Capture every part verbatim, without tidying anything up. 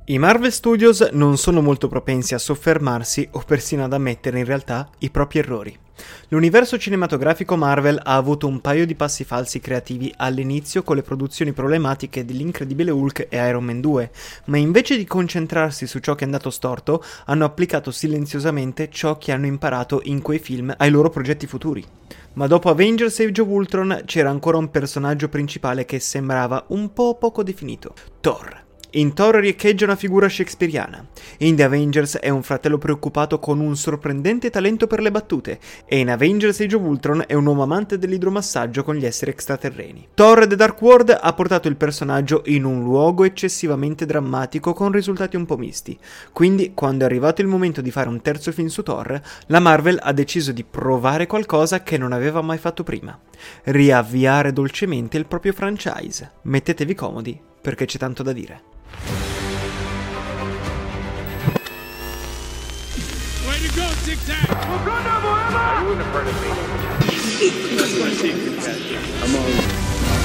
I Marvel Studios non sono molto propensi a soffermarsi o persino ad ammettere in realtà i propri errori. L'universo cinematografico Marvel ha avuto un paio di passi falsi creativi all'inizio con le produzioni problematiche dell'Incredibile Hulk e Iron Man due, ma invece di concentrarsi su ciò che è andato storto, hanno applicato silenziosamente ciò che hanno imparato in quei film ai loro progetti futuri. Ma dopo Avengers Age of Ultron c'era ancora un personaggio principale che sembrava un po' poco definito: Thor. In Thor riecheggia una figura shakespeariana, in The Avengers è un fratello preoccupato con un sorprendente talento per le battute, e in Avengers Age of Ultron è un uomo amante dell'idromassaggio con gli esseri extraterreni. Thor The Dark World ha portato il personaggio in un luogo eccessivamente drammatico con risultati un po' misti, quindi quando è arrivato il momento di fare un terzo film su Thor, la Marvel ha deciso di provare qualcosa che non aveva mai fatto prima: riavviare dolcemente il proprio franchise. Mettetevi comodi, perché c'è tanto da dire. Way to go, Tic Tac! Wakanda forever! Are you in front of me? I'm on.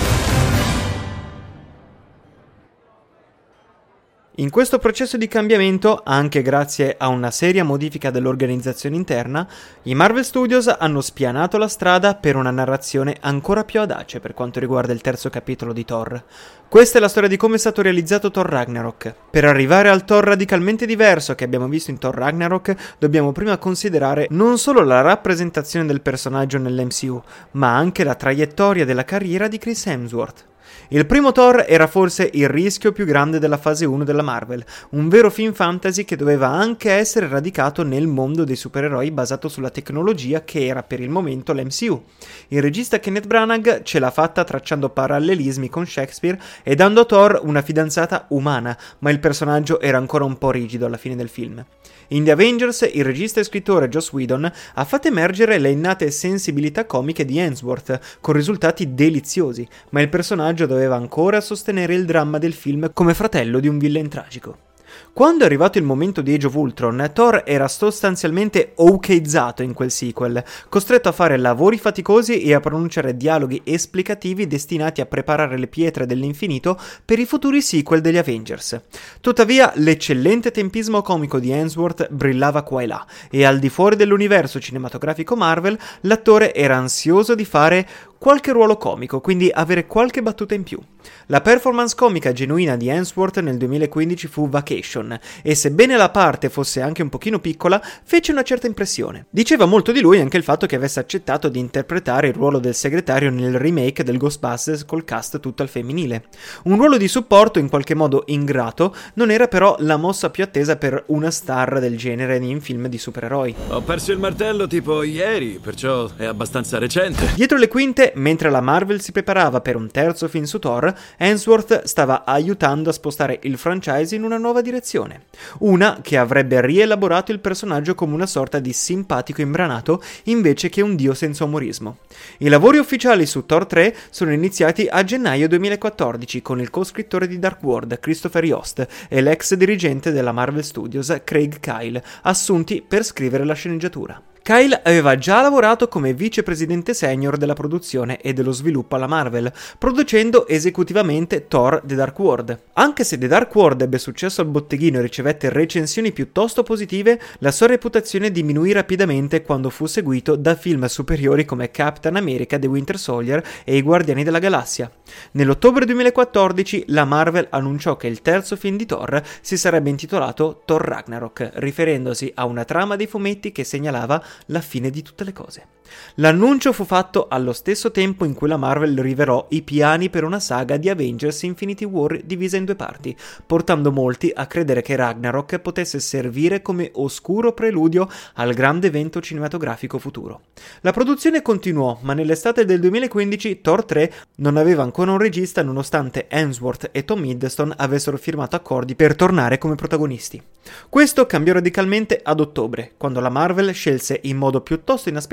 In questo processo di cambiamento, anche grazie a una seria modifica dell'organizzazione interna, i Marvel Studios hanno spianato la strada per una narrazione ancora più audace per quanto riguarda il terzo capitolo di Thor. Questa è la storia di come è stato realizzato Thor Ragnarok. Per arrivare al Thor radicalmente diverso che abbiamo visto in Thor Ragnarok, dobbiamo prima considerare non solo la rappresentazione del personaggio nell'M C U, ma anche la traiettoria della carriera di Chris Hemsworth. Il primo Thor era forse il rischio più grande della fase uno della Marvel, un vero film fantasy che doveva anche essere radicato nel mondo dei supereroi basato sulla tecnologia che era per il momento l'M C U. Il regista Kenneth Branagh ce l'ha fatta tracciando parallelismi con Shakespeare e dando a Thor una fidanzata umana, ma il personaggio era ancora un po' rigido alla fine del film. In The Avengers, il regista e scrittore Joss Whedon ha fatto emergere le innate sensibilità comiche di Hemsworth, con risultati deliziosi, ma il personaggio doveva ancora sostenere il dramma del film come fratello di un villain tragico. Quando è arrivato il momento di Age of Ultron, Thor era sostanzialmente okizzato in quel sequel, costretto a fare lavori faticosi e a pronunciare dialoghi esplicativi destinati a preparare le pietre dell'infinito per i futuri sequel degli Avengers. Tuttavia, l'eccellente tempismo comico di Hemsworth brillava qua e là, e al di fuori dell'universo cinematografico Marvel, l'attore era ansioso di fare qualche ruolo comico, quindi avere qualche battuta in più. La performance comica genuina di Hemsworth nel duemilaquindici fu Vacation, e sebbene la parte fosse anche un pochino piccola, fece una certa impressione. Diceva molto di lui anche il fatto che avesse accettato di interpretare il ruolo del segretario nel remake del Ghostbusters col cast tutto al femminile. Un ruolo di supporto in qualche modo ingrato, non era però la mossa più attesa per una star del genere in film di supereroi. Ho perso il martello tipo ieri, perciò è abbastanza recente. Dietro le quinte, mentre la Marvel si preparava per un terzo film su Thor, Hemsworth stava aiutando a spostare il franchise in una nuova direzione. Una che avrebbe rielaborato il personaggio come una sorta di simpatico imbranato invece che un dio senza umorismo. I lavori ufficiali su Thor tre sono iniziati a gennaio duemilaquattordici con il co-scrittore di Dark World, Christopher Yost, e l'ex dirigente della Marvel Studios, Craig Kyle, assunti per scrivere la sceneggiatura. Kyle aveva già lavorato come vicepresidente senior della produzione e dello sviluppo alla Marvel, producendo esecutivamente Thor The Dark World. Anche se The Dark World ebbe successo al botteghino e ricevette recensioni piuttosto positive, la sua reputazione diminuì rapidamente quando fu seguito da film superiori come Captain America The Winter Soldier e I Guardiani della Galassia. Nell'ottobre duemilaquattordici la Marvel annunciò che il terzo film di Thor si sarebbe intitolato Thor Ragnarok, riferendosi a una trama dei fumetti che segnalava la fine di tutte le cose. L'annuncio fu fatto allo stesso tempo in cui la Marvel rivelò i piani per una saga di Avengers Infinity War divisa in due parti, portando molti a credere che Ragnarok potesse servire come oscuro preludio al grande evento cinematografico futuro. La produzione continuò, ma nell'estate del duemilaquindici Thor tre non aveva ancora un regista nonostante Hemsworth e Tom Hiddleston avessero firmato accordi per tornare come protagonisti. Questo cambiò radicalmente ad ottobre, quando la Marvel scelse in modo piuttosto inaspettato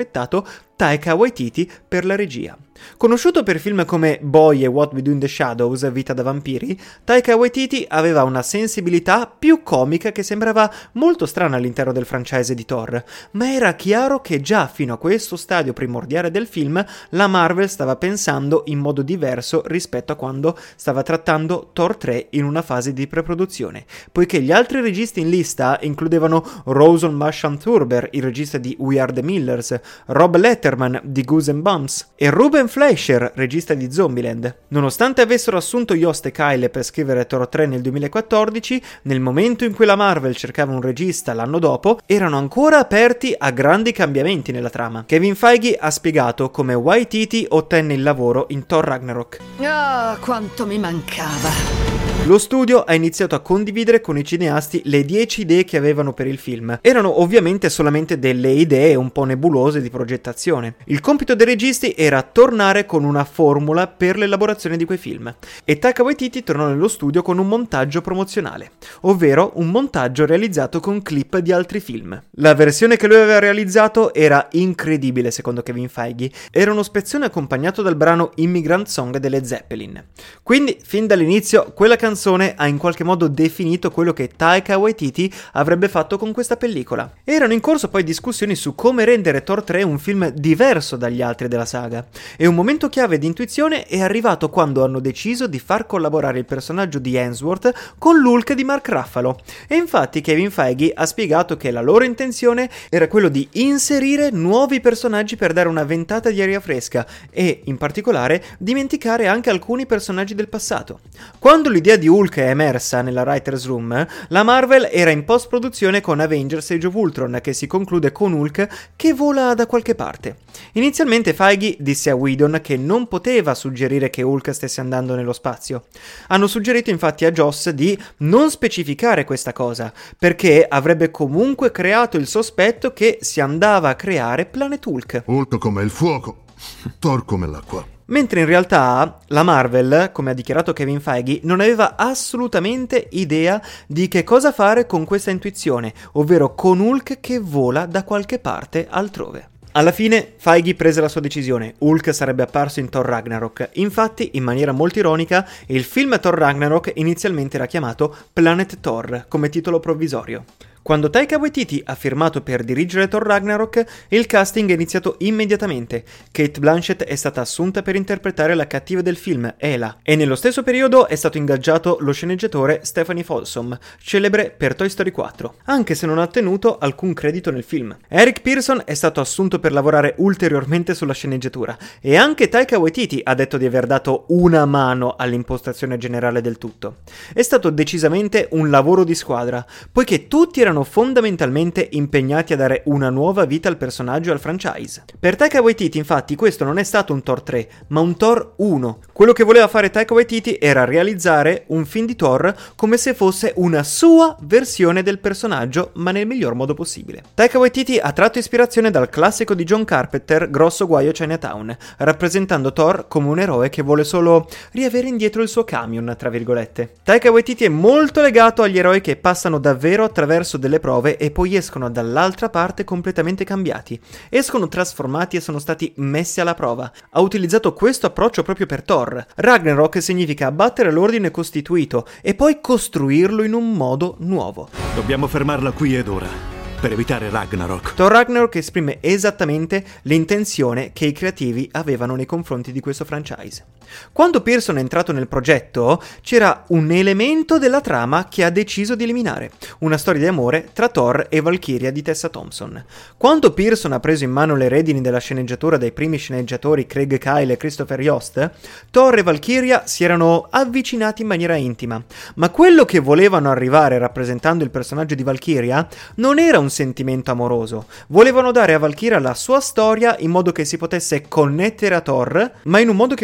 scelto Taika Waititi per la regia. Conosciuto per film come Boy e What We Do in the Shadows, Vita da vampiri, Taika Waititi aveva una sensibilità più comica che sembrava molto strana all'interno del franchise di Thor, ma era chiaro che già fino a questo stadio primordiale del film la Marvel stava pensando in modo diverso rispetto a quando stava trattando Thor tre in una fase di preproduzione, poiché gli altri registi in lista includevano Rosen Marchant-Turber, il regista di We Are the Millers, Rob Letterman di Goose and Bumps e Ruben Fleischer, regista di Zombieland. Nonostante avessero assunto Jost e Kyle per scrivere Thor tre nel duemilaquattordici, nel momento in cui la Marvel cercava un regista l'anno dopo, erano ancora aperti a grandi cambiamenti nella trama. Kevin Feige ha spiegato come Waititi ottenne il lavoro in Thor Ragnarok. Ah, quanto mi mancava! Lo studio ha iniziato a condividere con i cineasti le dieci idee che avevano per il film. Erano ovviamente solamente delle idee un po' nebulose di progettazione. Il compito dei registi era tornare con una formula per l'elaborazione di quei film. E Taika Waititi tornò nello studio con un montaggio promozionale, ovvero un montaggio realizzato con clip di altri film. La versione che lui aveva realizzato era incredibile secondo Kevin Feige. Era uno spezzone accompagnato dal brano Immigrant Song delle Zeppelin. Quindi, fin dall'inizio, quella canzone ha in qualche modo definito quello che Taika Waititi avrebbe fatto con questa pellicola. Erano in corso poi discussioni su come rendere Thor tre un film diverso dagli altri della saga, e un momento chiave di intuizione è arrivato quando hanno deciso di far collaborare il personaggio di Hemsworth con l'Hulk di Mark Ruffalo. E infatti Kevin Feige ha spiegato che la loro intenzione era quello di inserire nuovi personaggi per dare una ventata di aria fresca e, in particolare, dimenticare anche alcuni personaggi del passato. Quando l'idea di Hulk è emersa nella Writer's Room, la Marvel era in post-produzione con Avengers Age of Ultron, che si conclude con Hulk che vola da qualche parte. Inizialmente Feige disse a Whedon che non poteva suggerire che Hulk stesse andando nello spazio. Hanno suggerito infatti a Joss di non specificare questa cosa, perché avrebbe comunque creato il sospetto che si andava a creare Planet Hulk. Hulk come il fuoco, Thor come l'acqua. Mentre in realtà la Marvel, come ha dichiarato Kevin Feige, non aveva assolutamente idea di che cosa fare con questa intuizione, ovvero con Hulk che vola da qualche parte altrove. Alla fine Feige prese la sua decisione, Hulk sarebbe apparso in Thor Ragnarok. Infatti, in maniera molto ironica, il film Thor Ragnarok inizialmente era chiamato Planet Thor, come titolo provvisorio. Quando Taika Waititi ha firmato per dirigere Thor Ragnarok, il casting è iniziato immediatamente. Cate Blanchett è stata assunta per interpretare la cattiva del film, Ela, e nello stesso periodo è stato ingaggiato lo sceneggiatore Stephanie Folsom, celebre per Toy Story quattro, anche se non ha ottenuto alcun credito nel film. Eric Pearson è stato assunto per lavorare ulteriormente sulla sceneggiatura, e anche Taika Waititi ha detto di aver dato una mano all'impostazione generale del tutto. È stato decisamente un lavoro di squadra, poiché tutti erano fondamentalmente impegnati a dare una nuova vita al personaggio e al franchise. Per Taika Waititi infatti questo non è stato un Thor tre, ma un Thor uno. Quello che voleva fare Taika Waititi era realizzare un film di Thor come se fosse una sua versione del personaggio, ma nel miglior modo possibile. Taika Waititi ha tratto ispirazione dal classico di John Carpenter Grosso guaio Chinatown, rappresentando Thor come un eroe che vuole solo riavere indietro il suo camion, tra virgolette. Taika Waititi è molto legato agli eroi che passano davvero attraverso delle prove e poi escono dall'altra parte completamente cambiati. Escono trasformati e sono stati messi alla prova. Ha utilizzato questo approccio proprio per Thor. Ragnarok significa abbattere l'ordine costituito e poi costruirlo in un modo nuovo. Dobbiamo fermarla qui ed ora, per evitare Ragnarok. Thor Ragnarok esprime esattamente l'intenzione che i creativi avevano nei confronti di questo franchise. Quando Pearson è entrato nel progetto, c'era un elemento della trama che ha deciso di eliminare, una storia di amore tra Thor e Valkyria di Tessa Thompson. Quando Pearson ha preso in mano le redini della sceneggiatura dai primi sceneggiatori Craig Kyle e Christopher Yost, Thor e Valkyria si erano avvicinati in maniera intima, ma quello che volevano arrivare rappresentando il personaggio di Valkyria non era un sentimento amoroso. Volevano dare a Valkyria la sua storia in modo che si potesse connettere a Thor, ma in un modo che potesse essere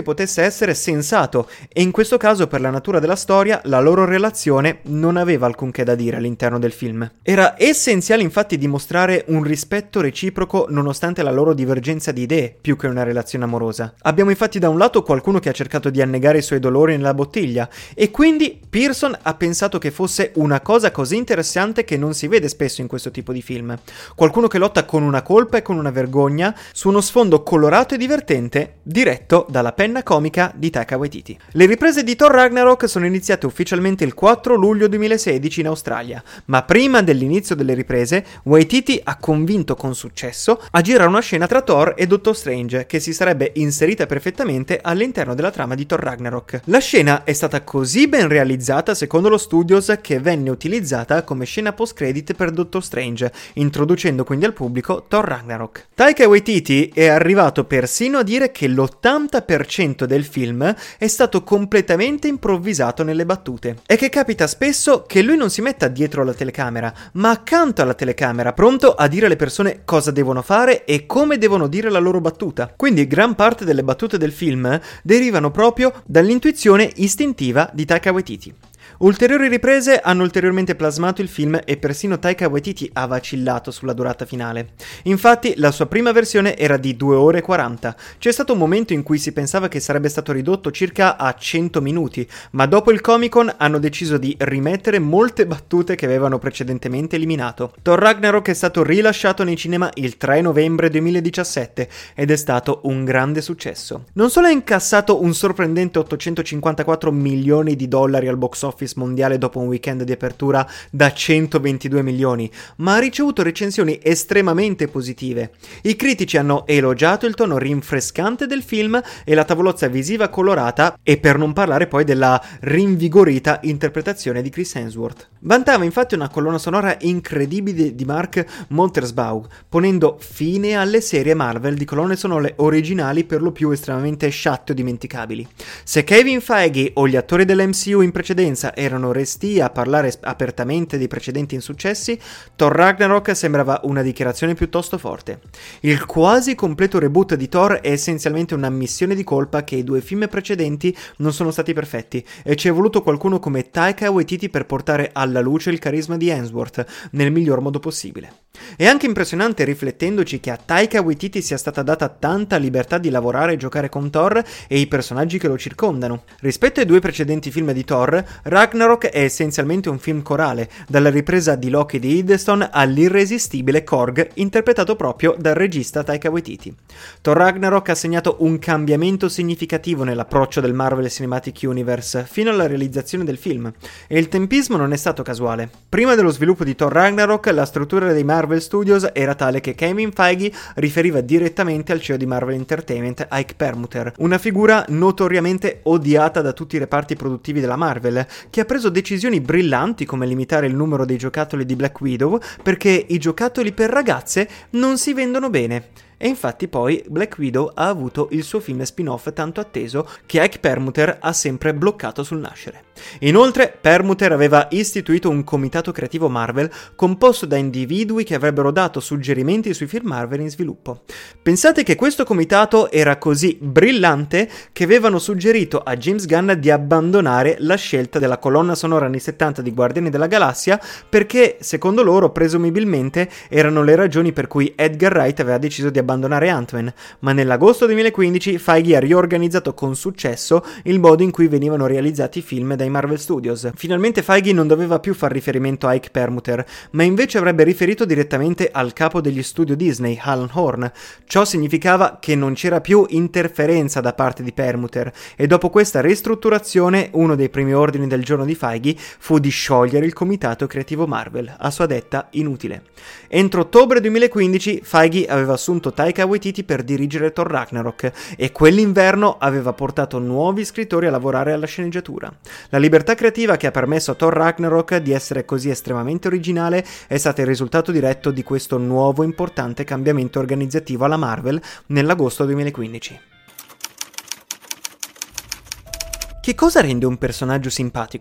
essere sensato e in questo caso per la natura della storia la loro relazione non aveva alcunché da dire all'interno del film. Era essenziale infatti dimostrare un rispetto reciproco nonostante la loro divergenza di idee più che una relazione amorosa. Abbiamo infatti da un lato qualcuno che ha cercato di annegare i suoi dolori nella bottiglia e quindi Pearson ha pensato che fosse una cosa così interessante che non si vede spesso in questo tipo di film. Qualcuno che lotta con una colpa e con una vergogna su uno sfondo colorato e divertente diretto dalla penna comica di Taika Waititi. Le riprese di Thor Ragnarok sono iniziate ufficialmente il quattro luglio duemilasedici in Australia, ma prima dell'inizio delle riprese Waititi ha convinto con successo a girare una scena tra Thor e Doctor Strange che si sarebbe inserita perfettamente all'interno della trama di Thor Ragnarok. La scena è stata così ben realizzata secondo lo studios che venne utilizzata come scena post-credit per Doctor Strange, introducendo quindi al pubblico Thor Ragnarok. Taika Waititi è arrivato persino a dire che l'ottanta per cento del film è stato completamente improvvisato nelle battute e che capita spesso che lui non si metta dietro la telecamera, ma accanto alla telecamera, pronto a dire alle persone cosa devono fare e come devono dire la loro battuta. Quindi gran parte delle battute del film derivano proprio dall'intuizione istintiva di Taika Waititi. Ulteriori riprese hanno ulteriormente plasmato il film e persino Taika Waititi ha vacillato sulla durata finale. Infatti la sua prima versione era di due ore e quaranta. C'è stato un momento in cui si pensava che sarebbe stato ridotto circa a cento minuti, ma dopo il Comic-Con hanno deciso di rimettere molte battute che avevano precedentemente eliminato. Thor Ragnarok è stato rilasciato nei cinema il tre novembre duemiladiciassette ed è stato un grande successo. Non solo ha incassato un sorprendente ottocentocinquantaquattro milioni di dollari al box office mondiale dopo un weekend di apertura da centoventidue milioni, ma ha ricevuto recensioni estremamente positive. I critici hanno elogiato il tono rinfrescante del film e la tavolozza visiva colorata, e per non parlare poi della rinvigorita interpretazione di Chris Hemsworth. Vantava infatti una colonna sonora incredibile di Mark Mothersbaugh, ponendo fine alle serie Marvel di colonne sonore originali per lo più estremamente sciatte o dimenticabili. Se Kevin Feige o gli attori dell'M C U in precedenza erano restii a parlare apertamente dei precedenti insuccessi, Thor Ragnarok sembrava una dichiarazione piuttosto forte. Il quasi completo reboot di Thor è essenzialmente un'ammissione di colpa che i due film precedenti non sono stati perfetti e ci è voluto qualcuno come Taika Waititi per portare alla luce il carisma di Hemsworth nel miglior modo possibile. È anche impressionante riflettendoci che a Taika Waititi sia stata data tanta libertà di lavorare e giocare con Thor e i personaggi che lo circondano. Rispetto ai due precedenti film di Thor, Ragnarok è essenzialmente un film corale, dalla ripresa di Loki di Hiddleston all'irresistibile Korg interpretato proprio dal regista Taika Waititi. Thor Ragnarok ha segnato un cambiamento significativo nell'approccio del Marvel Cinematic Universe fino alla realizzazione del film, e il tempismo non è stato casuale. Prima dello sviluppo di Thor Ragnarok, la struttura dei Marvel Studios era tale che Kevin Feige riferiva direttamente al C E O di Marvel Entertainment, Ike Perlmutter, una figura notoriamente odiata da tutti i reparti produttivi della Marvel, che ha preso decisioni brillanti come limitare il numero dei giocattoli di Black Widow perché i giocattoli per ragazze non si vendono bene. E infatti poi Black Widow ha avuto il suo film spin-off tanto atteso che Ike Perlmutter ha sempre bloccato sul nascere. Inoltre Perlmutter aveva istituito un comitato creativo Marvel composto da individui che avrebbero dato suggerimenti sui film Marvel in sviluppo. Pensate che questo comitato era così brillante che avevano suggerito a James Gunn di abbandonare la scelta della colonna sonora anni settanta di Guardiani della Galassia perché, secondo loro, presumibilmente erano le ragioni per cui Edgar Wright aveva deciso di abbandonare Ant-Man, ma nell'agosto duemilaquindici Feige ha riorganizzato con successo il modo in cui venivano realizzati i film dai Marvel Studios. Finalmente Feige non doveva più far riferimento a Ike Perlmutter, ma invece avrebbe riferito direttamente al capo degli studio Disney, Alan Horn. Ciò significava che non c'era più interferenza da parte di Perlmutter, e dopo questa ristrutturazione uno dei primi ordini del giorno di Feige fu di sciogliere il comitato creativo Marvel, a sua detta inutile. Entro ottobre duemilaquindici Feige aveva assunto Taika Waititi per dirigere Thor Ragnarok e quell'inverno aveva portato nuovi scrittori a lavorare alla sceneggiatura. La libertà creativa che ha permesso a Thor Ragnarok di essere così estremamente originale è stata il risultato diretto di questo nuovo importante cambiamento organizzativo alla Marvel nell'agosto duemilaquindici. Che cosa rende un personaggio simpatico?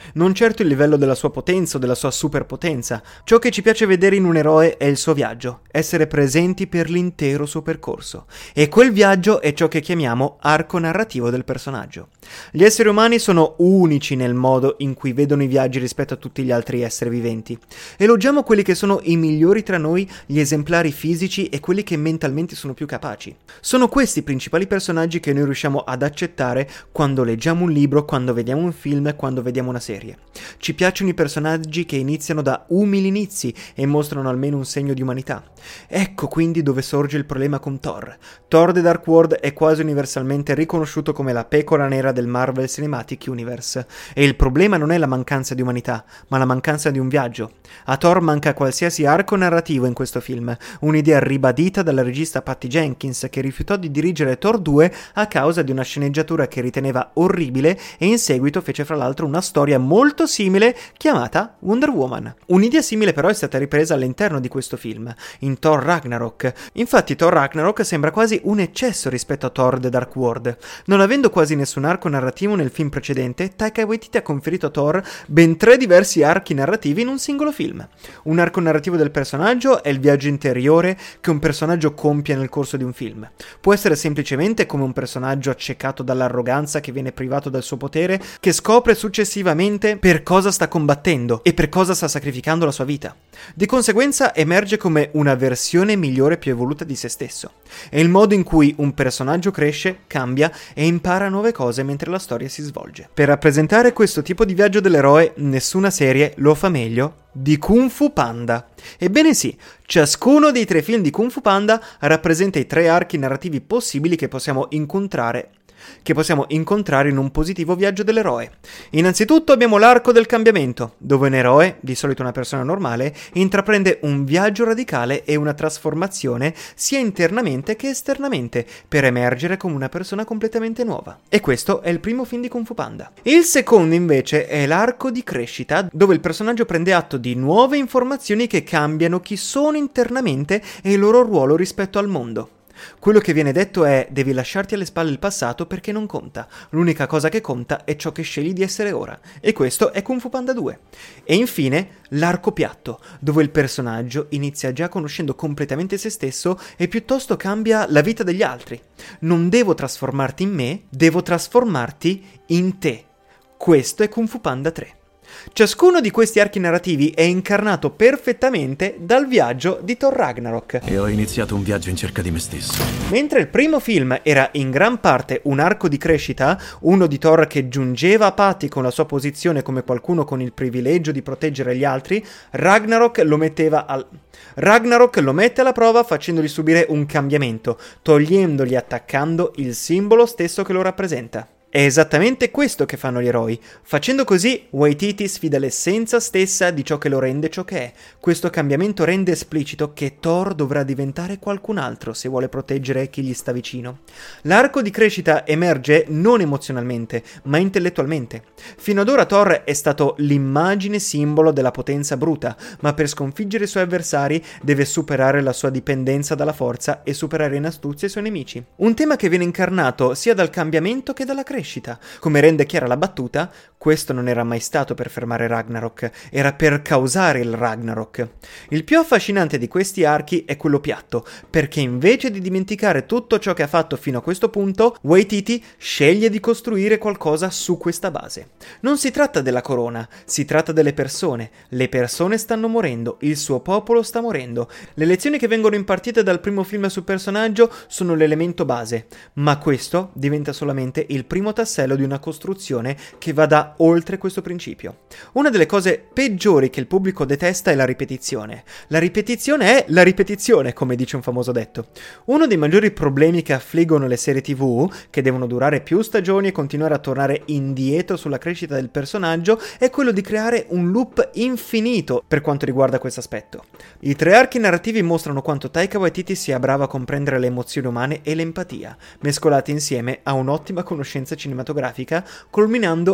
Non certo il livello della sua potenza o della sua superpotenza. Ciò che ci piace vedere in un eroe è il suo viaggio, essere presenti per l'intero suo percorso. E quel viaggio è ciò che chiamiamo arco narrativo del personaggio. Gli esseri umani sono unici nel modo in cui vedono i viaggi rispetto a tutti gli altri esseri viventi. Elogiamo quelli che sono i migliori tra noi, gli esemplari fisici e quelli che mentalmente sono più capaci. Sono questi i principali personaggi che noi riusciamo ad accettare quando leggiamo un libro, quando vediamo un film, quando vediamo una serie. Ci piacciono i personaggi che iniziano da umili inizi e mostrano almeno un segno di umanità. Ecco quindi dove sorge il problema con Thor. Thor The Dark World è quasi universalmente riconosciuto come la pecora nera del Marvel Cinematic Universe, e il problema non è la mancanza di umanità, ma la mancanza di un viaggio. A Thor manca qualsiasi arco narrativo in questo film, un'idea ribadita dalla regista Patty Jenkins, che rifiutò di dirigere Thor due a causa di una sceneggiatura che riteneva orribile e in seguito fece fra l'altro una storia molto simile chiamata Wonder Woman. Un'idea simile però è stata ripresa all'interno di questo film, in Thor Ragnarok. Infatti Thor Ragnarok sembra quasi un eccesso rispetto a Thor The Dark World. Non avendo quasi nessun arco narrativo nel film precedente, Taika Waititi ha conferito a Thor ben tre diversi archi narrativi in un singolo film. Un arco narrativo del personaggio è il viaggio interiore che un personaggio compie nel corso di un film. Può essere semplicemente come un personaggio accecato dall'arroganza che viene privato del suo potere, che scopre successivamente per cosa sta combattendo e per cosa sta sacrificando la sua vita. Di conseguenza emerge come una versione migliore più evoluta di se stesso. È il modo in cui un personaggio cresce, cambia e impara nuove cose mentre la storia si svolge. Per rappresentare questo tipo di viaggio dell'eroe, nessuna serie lo fa meglio di Kung Fu Panda. Ebbene sì, ciascuno dei tre film di Kung Fu Panda rappresenta i tre archi narrativi possibili che possiamo incontrare che possiamo incontrare in un positivo viaggio dell'eroe. Innanzitutto abbiamo l'arco del cambiamento, dove un eroe, di solito una persona normale, intraprende un viaggio radicale e una trasformazione sia internamente che esternamente, per emergere come una persona completamente nuova. E questo è il primo film di Kung Fu Panda. Il secondo invece è l'arco di crescita, dove il personaggio prende atto di nuove informazioni che cambiano chi sono internamente e il loro ruolo rispetto al mondo. Quello che viene detto è: devi lasciarti alle spalle il passato perché non conta. L'unica cosa che conta è ciò che scegli di essere ora. E questo è Kung Fu Panda due. E infine l'arco piatto, dove il personaggio inizia già conoscendo completamente se stesso e piuttosto cambia la vita degli altri. Non devo trasformarti in me, devo trasformarti in te. Questo è Kung Fu Panda tre. Ciascuno di questi archi narrativi è incarnato perfettamente dal viaggio di Thor Ragnarok. E ho iniziato un viaggio in cerca di me stesso. Mentre il primo film era in gran parte un arco di crescita, uno di Thor che giungeva a patti con la sua posizione come qualcuno con il privilegio di proteggere gli altri, Ragnarok lo metteva al... Ragnarok lo mette alla prova facendogli subire un cambiamento, togliendogli e attaccando il simbolo stesso che lo rappresenta. È esattamente questo che fanno gli eroi. Facendo così, Waititi sfida l'essenza stessa di ciò che lo rende ciò che è. Questo cambiamento rende esplicito che Thor dovrà diventare qualcun altro se vuole proteggere chi gli sta vicino. L'arco di crescita emerge non emozionalmente, ma intellettualmente. Fino ad ora Thor è stato l'immagine simbolo della potenza bruta, ma per sconfiggere i suoi avversari deve superare la sua dipendenza dalla forza e superare in astuzia i suoi nemici. Un tema che viene incarnato sia dal cambiamento che dalla crescita. Come rende chiara la battuta, questo non era mai stato per fermare Ragnarok, era per causare il Ragnarok. Il più affascinante di questi archi è quello piatto, perché invece di dimenticare tutto ciò che ha fatto fino a questo punto, Waititi sceglie di costruire qualcosa su questa base. Non si tratta della corona, si tratta delle persone. Le persone stanno morendo, il suo popolo sta morendo. Le lezioni che vengono impartite dal primo film sul personaggio sono l'elemento base, ma questo diventa solamente il primo tassello di una costruzione che vada oltre questo principio. Una delle cose peggiori che il pubblico detesta è la ripetizione. La ripetizione è la ripetizione, come dice un famoso detto. Uno dei maggiori problemi che affliggono le serie tivù, che devono durare più stagioni e continuare a tornare indietro sulla crescita del personaggio, è quello di creare un loop infinito per quanto riguarda questo aspetto. I tre archi narrativi mostrano quanto Taika Waititi sia bravo a comprendere le emozioni umane e l'empatia, mescolate insieme a un'ottima conoscenza cinematografica, culminando in quello che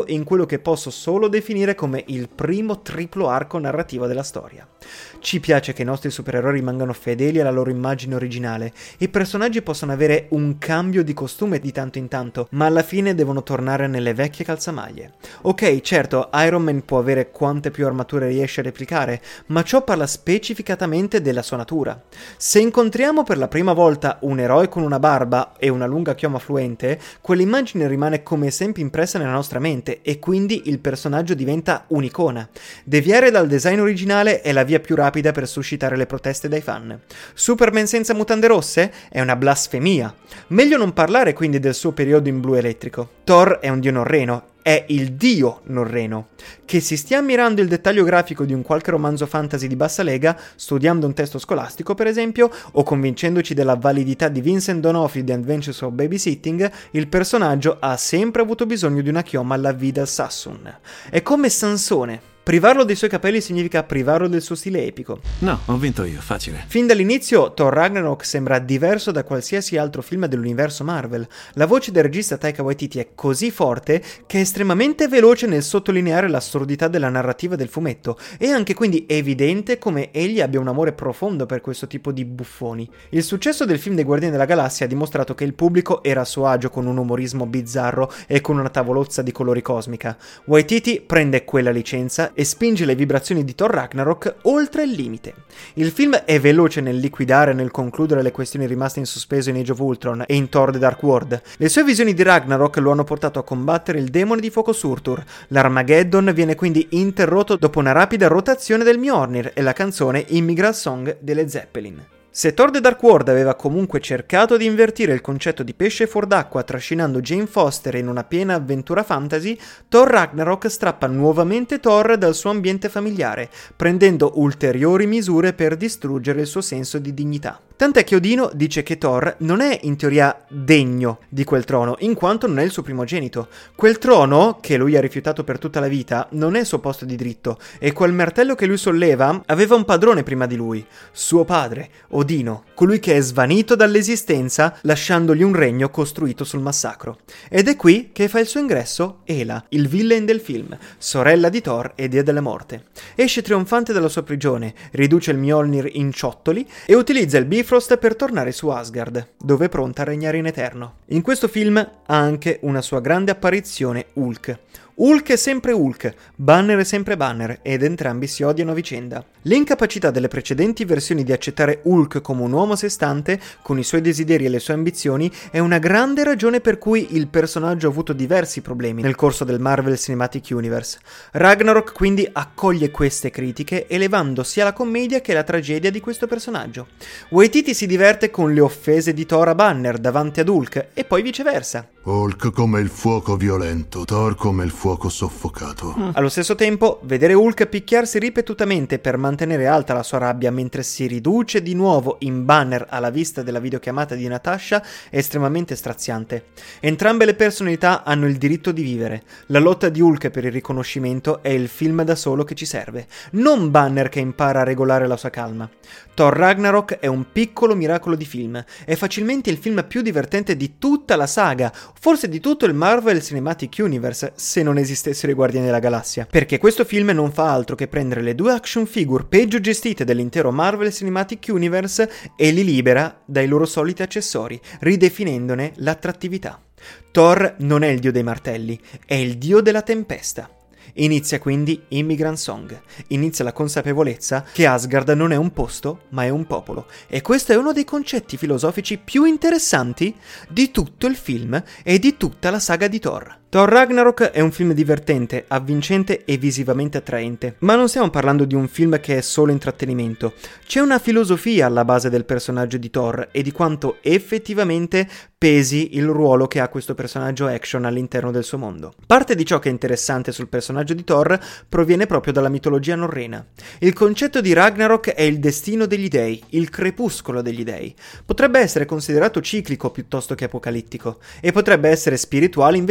che posso solo definire come il primo triplo arco narrativo della storia. Ci piace che i nostri supereroi rimangano fedeli alla loro immagine originale, i personaggi possono avere un cambio di costume di tanto in tanto, ma alla fine devono tornare nelle vecchie calzamaglie. Ok, certo, Iron Man può avere quante più armature riesce a replicare, ma ciò parla specificatamente della sua natura. Se incontriamo per la prima volta un eroe con una barba e una lunga chioma fluente, quell'immagine rimane come esempio impressa nella nostra mente e quindi il personaggio diventa un'icona. Deviare dal design originale è la via più rapida per suscitare le proteste dai fan. Superman senza mutande rosse? È una blasfemia. Meglio non parlare quindi del suo periodo in blu elettrico. Thor è un dio norreno, è il dio norreno. Che si stia ammirando il dettaglio grafico di un qualche romanzo fantasy di bassa lega, studiando un testo scolastico per esempio, o convincendoci della validità di Vincent D'Onofrio di Adventures of Babysitting, il personaggio ha sempre avuto bisogno di una chioma alla Vidal Sassoon. È come Sansone. Privarlo dei suoi capelli significa privarlo del suo stile epico. No, ho vinto io, facile. Fin dall'inizio, Thor Ragnarok sembra diverso da qualsiasi altro film dell'universo Marvel. La voce del regista Taika Waititi è così forte che è estremamente veloce nel sottolineare l'assurdità della narrativa del fumetto, e anche quindi evidente come egli abbia un amore profondo per questo tipo di buffoni. Il successo del film dei Guardiani della Galassia ha dimostrato che il pubblico era a suo agio con un umorismo bizzarro e con una tavolozza di colori cosmica. Waititi prende quella licenza e spinge le vibrazioni di Thor Ragnarok oltre il limite. Il film è veloce nel liquidare e nel concludere le questioni rimaste in sospeso in Age of Ultron e in Thor The Dark World. Le sue visioni di Ragnarok lo hanno portato a combattere il demone di fuoco Surtur. L'Armageddon viene quindi interrotto dopo una rapida rotazione del Mjolnir e la canzone Immigrant Song delle Zeppelin. Se Thor The Dark World aveva comunque cercato di invertire il concetto di pesce fuor d'acqua trascinando Jane Foster in una piena avventura fantasy, Thor Ragnarok strappa nuovamente Thor dal suo ambiente familiare, prendendo ulteriori misure per distruggere il suo senso di dignità. Tant'è che Odino dice che Thor non è in teoria degno di quel trono, in quanto non è il suo primogenito. Quel trono, che lui ha rifiutato per tutta la vita, non è il suo posto di diritto, e quel martello che lui solleva aveva un padrone prima di lui, suo padre, Odino, colui che è svanito dall'esistenza lasciandogli un regno costruito sul massacro. Ed è qui che fa il suo ingresso Hela, il villain del film, sorella di Thor e dea della morte. Esce trionfante dalla sua prigione, riduce il Mjolnir in ciottoli e utilizza il Bifrost per tornare su Asgard, dove è pronta a regnare in eterno. In questo film ha anche una sua grande apparizione Hulk. Hulk è sempre Hulk, Banner è sempre Banner, ed entrambi si odiano a vicenda. L'incapacità delle precedenti versioni di accettare Hulk come un uomo a sé stante, con i suoi desideri e le sue ambizioni, è una grande ragione per cui il personaggio ha avuto diversi problemi nel corso del Marvel Cinematic Universe. Ragnarok quindi accoglie queste critiche, elevando sia la commedia che la tragedia di questo personaggio. Waititi si diverte con le offese di Thor a Banner davanti ad Hulk, e poi viceversa. Hulk come il fuoco violento, Thor come il fuoco soffocato. Mm. Allo stesso tempo, vedere Hulk picchiarsi ripetutamente per mantenere alta la sua rabbia mentre si riduce di nuovo in Banner alla vista della videochiamata di Natasha è estremamente straziante. Entrambe le personalità hanno il diritto di vivere. La lotta di Hulk per il riconoscimento è il film da solo che ci serve, non Banner che impara a regolare la sua calma. Thor Ragnarok è un piccolo miracolo di film, è facilmente il film più divertente di tutta la saga, forse di tutto il Marvel Cinematic Universe, se non esistessero i Guardiani della Galassia, perché questo film non fa altro che prendere le due action figure peggio gestite dell'intero Marvel Cinematic Universe e li libera dai loro soliti accessori, ridefinendone l'attrattività. Thor non è il dio dei martelli, è il dio della tempesta. Inizia quindi Immigrant Song, inizia la consapevolezza che Asgard non è un posto, ma è un popolo, e questo è uno dei concetti filosofici più interessanti di tutto il film e di tutta la saga di Thor. Thor Ragnarok è un film divertente, avvincente e visivamente attraente, ma non stiamo parlando di un film che è solo intrattenimento. C'è una filosofia alla base del personaggio di Thor e di quanto effettivamente pesi il ruolo che ha questo personaggio action all'interno del suo mondo. Parte di ciò che è interessante sul personaggio di Thor proviene proprio dalla mitologia norrena. Il concetto di Ragnarok è il destino degli dei, il crepuscolo degli dei. Potrebbe essere considerato ciclico piuttosto che apocalittico, e potrebbe essere spirituale invece che fisico.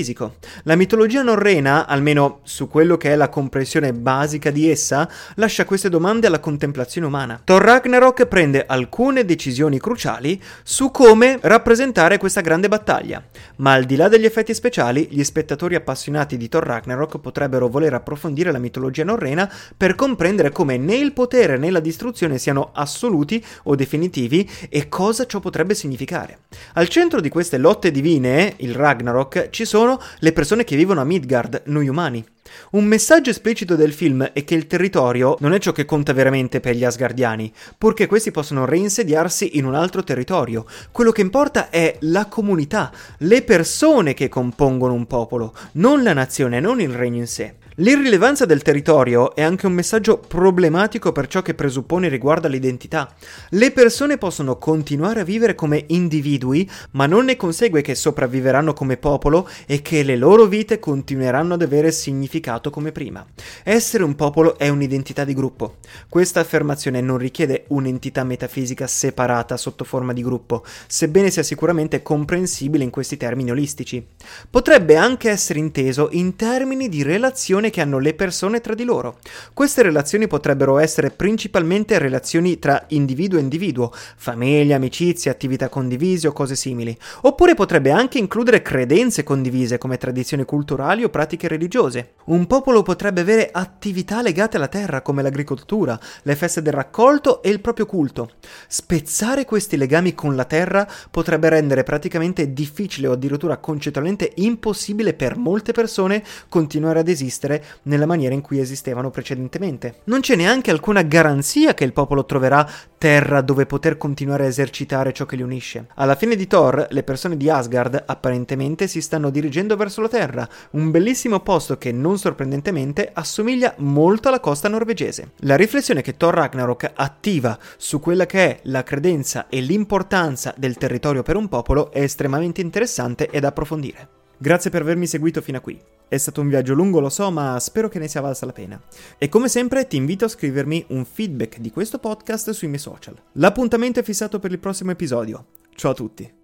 fisico. La mitologia norrena, almeno su quello che è la comprensione basica di essa, lascia queste domande alla contemplazione umana. Thor Ragnarok prende alcune decisioni cruciali su come rappresentare questa grande battaglia, ma al di là degli effetti speciali, gli spettatori appassionati di Thor Ragnarok potrebbero voler approfondire la mitologia norrena per comprendere come né il potere né la distruzione siano assoluti o definitivi e cosa ciò potrebbe significare. Al centro di queste lotte divine, il Ragnarok, ci sono le persone che vivono a Midgard, noi umani. Un messaggio esplicito del film è che il territorio non è ciò che conta veramente per gli asgardiani, purché questi possono reinsediarsi in un altro territorio. Quello che importa è la comunità, le persone che compongono un popolo, non la nazione, non il regno in sé. L'irrilevanza del territorio è anche un messaggio problematico per ciò che presuppone riguarda l'identità. Le persone possono continuare a vivere come individui, ma non ne consegue che sopravviveranno come popolo e che le loro vite continueranno ad avere significato come prima. Essere un popolo è un'identità di gruppo. Questa affermazione non richiede un'entità metafisica separata sotto forma di gruppo, sebbene sia sicuramente comprensibile in questi termini olistici. Potrebbe anche essere inteso in termini di relazione che hanno le persone tra di loro. Queste relazioni potrebbero essere principalmente relazioni tra individuo e individuo, famiglia, amicizie, attività condivise o cose simili, oppure potrebbe anche includere credenze condivise come tradizioni culturali o pratiche religiose. Un popolo potrebbe avere attività legate alla terra come l'agricoltura, le feste del raccolto e il proprio culto. Spezzare questi legami con la terra potrebbe rendere praticamente difficile o addirittura concettualmente impossibile per molte persone continuare ad esistere nella maniera in cui esistevano precedentemente. Non c'è neanche alcuna garanzia che il popolo troverà terra dove poter continuare a esercitare ciò che li unisce. Alla fine di Thor, le persone di Asgard apparentemente si stanno dirigendo verso la terra, un bellissimo posto che non sorprendentemente assomiglia molto alla costa norvegese. La riflessione che Thor Ragnarok attiva su quella che è la credenza e l'importanza del territorio per un popolo è estremamente interessante e da approfondire. Grazie per avermi seguito fino a qui. È stato un viaggio lungo, lo so, ma spero che ne sia valsa la pena. E come sempre ti invito a scrivermi un feedback di questo podcast sui miei social. L'appuntamento è fissato per il prossimo episodio. Ciao a tutti.